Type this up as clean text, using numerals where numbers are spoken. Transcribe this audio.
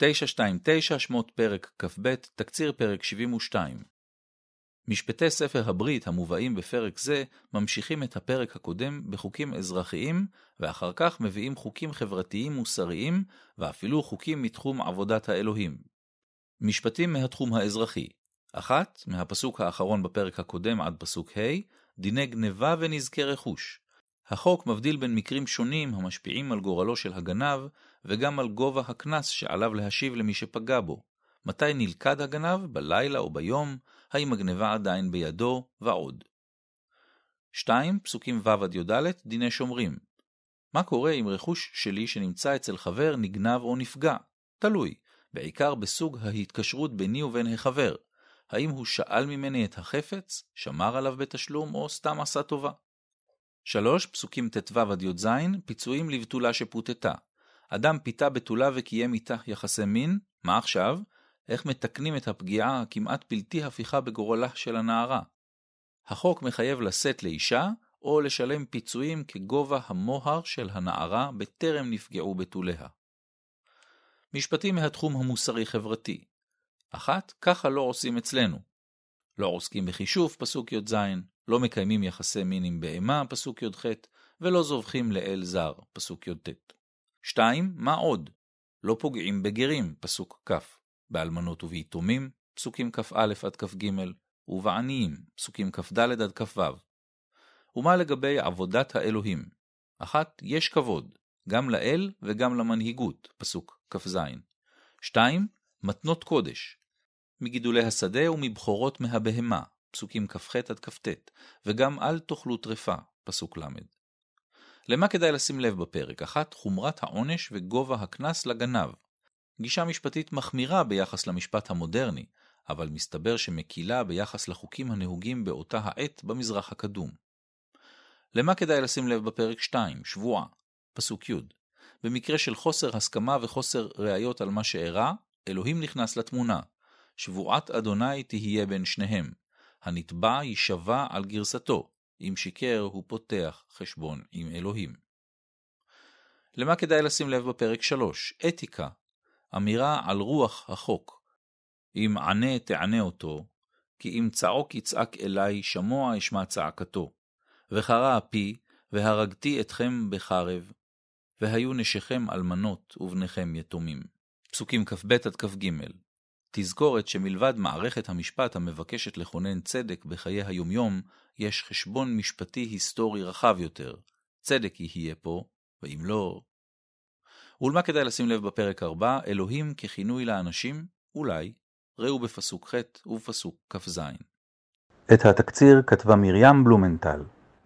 929 שמות פרק כ"ב, תקציר פרק 72. משפטי ספר הברית המובאים בפרק זה ממשיכים את הפרק הקודם בחוקים אזרחיים, ואחר כך מביאים חוקים חברתיים מוסריים, ואפילו חוקים מתחום עבודת האלוהים. משפטים מהתחום האזרחי. 1. מהפסוק האחרון בפרק הקודם עד פסוק ה', דיני גנבה ונזקי רכוש. החוק מבדיל בין מקרים שונים המשפיעים על גורלו של הגנב, וגם על גובה הקנס שעליו להשיב למי שפגע בו. מתי נלכד הגנב, בלילה או ביום, האם הגנבה עדיין בידו, ועוד. 2. פסוקים ו' עד י"ד, דיני שומרים. מה קורה אם רכוש שלי שנמצא אצל חבר נגנב או נפגע? תלוי, בעיקר בסוג ההתקשרות ביני ובין החבר. האם הוא שאל ממני את החפץ, שמר עליו בתשלום או סתם עשה טובה? 3. פסוקים ט"ו עד י"ז, פיצויים לבתולה שפוטטה. אדם פיתה בתולה וקיים איתה יחסי מין, מה עכשיו? איך מתקנים את הפגיעה הכמעט בלתי הפיכה בגורלה של הנערה? החוק מחייב לשאת לאישה או לשלם פיצויים כגובה המוהר של הנערה בטרם נפגעו בתוליה. משפטים מהתחום המוסרי-חברתי. 1. ככה לא עושים אצלנו. לא עוסקים בחישוף, פסוק י"ז, לא מקיימים יחסי מין עם בהמה, פסוק י"ח, ולא זובחים לאל זר, פסוק י"ט. 2. מה עוד? לא פוגעים בגרים, פסוק כ', באלמנות וביתומים, פסוקים כ"א עד כ"ג, ובעניים, פסוקים כ"ד עד כ"ו. ומה לגבי עבודת האלוהים? 1. יש כבוד, גם לאל וגם למנהיגות, פסוק כ"ז. 2. מתנות קודש, מגידולי השדה ומבחורות מהבהמה, פסוקים כ"ח עד כ"ט, וגם אל תאכלו טרפה, פסוק ל'. למה כדאי לשים לב בפרק? 1. חומרת העונש וגובה הקנס לגנב. גישה משפטית מחמירה ביחס למשפט המודרני, אבל מסתבר שמקילה ביחס לחוקים הנהוגים באותה העת במזרח הקדום. למה כדאי לשים לב בפרק 2? שבועה, פסוק י'. במקרה של חוסר הסכמה וחוסר ראיות על מה שאירע, אלוהים נכנס לתמונה. שבועת אדוני תהיה בין שניהם. הנתבע יישבע על גרסתו. אם שיקר הוא פותח חשבון עם אלוהים. למה כדאי לשים לב בפרק 3? אתיקה. אמירה על רוח החוק. אם ענה תענה אותו, כי אם צעוק יצעק אליי שמוע אשמע צעקתו. וחרה אפי והרגתי אתכם בחרב, והיו נשיכם אלמנות ובניכם יתומים. פסוקים כ"ב עד כ"ג. תזכורת שמלבד מערכת המשפט המבקשת לכונן צדק בחיי היומיום, יש חשבון משפטי היסטורי רחב יותר. צדק יהיה פה, ואם לא... ולמה כדאי לשים לב בפרק 4? אלוהים ככינוי לאנשים? אולי. ראו בפסוק ח' ובפסוק כ"ז. את התקציר כתבה מרים בלומנטל.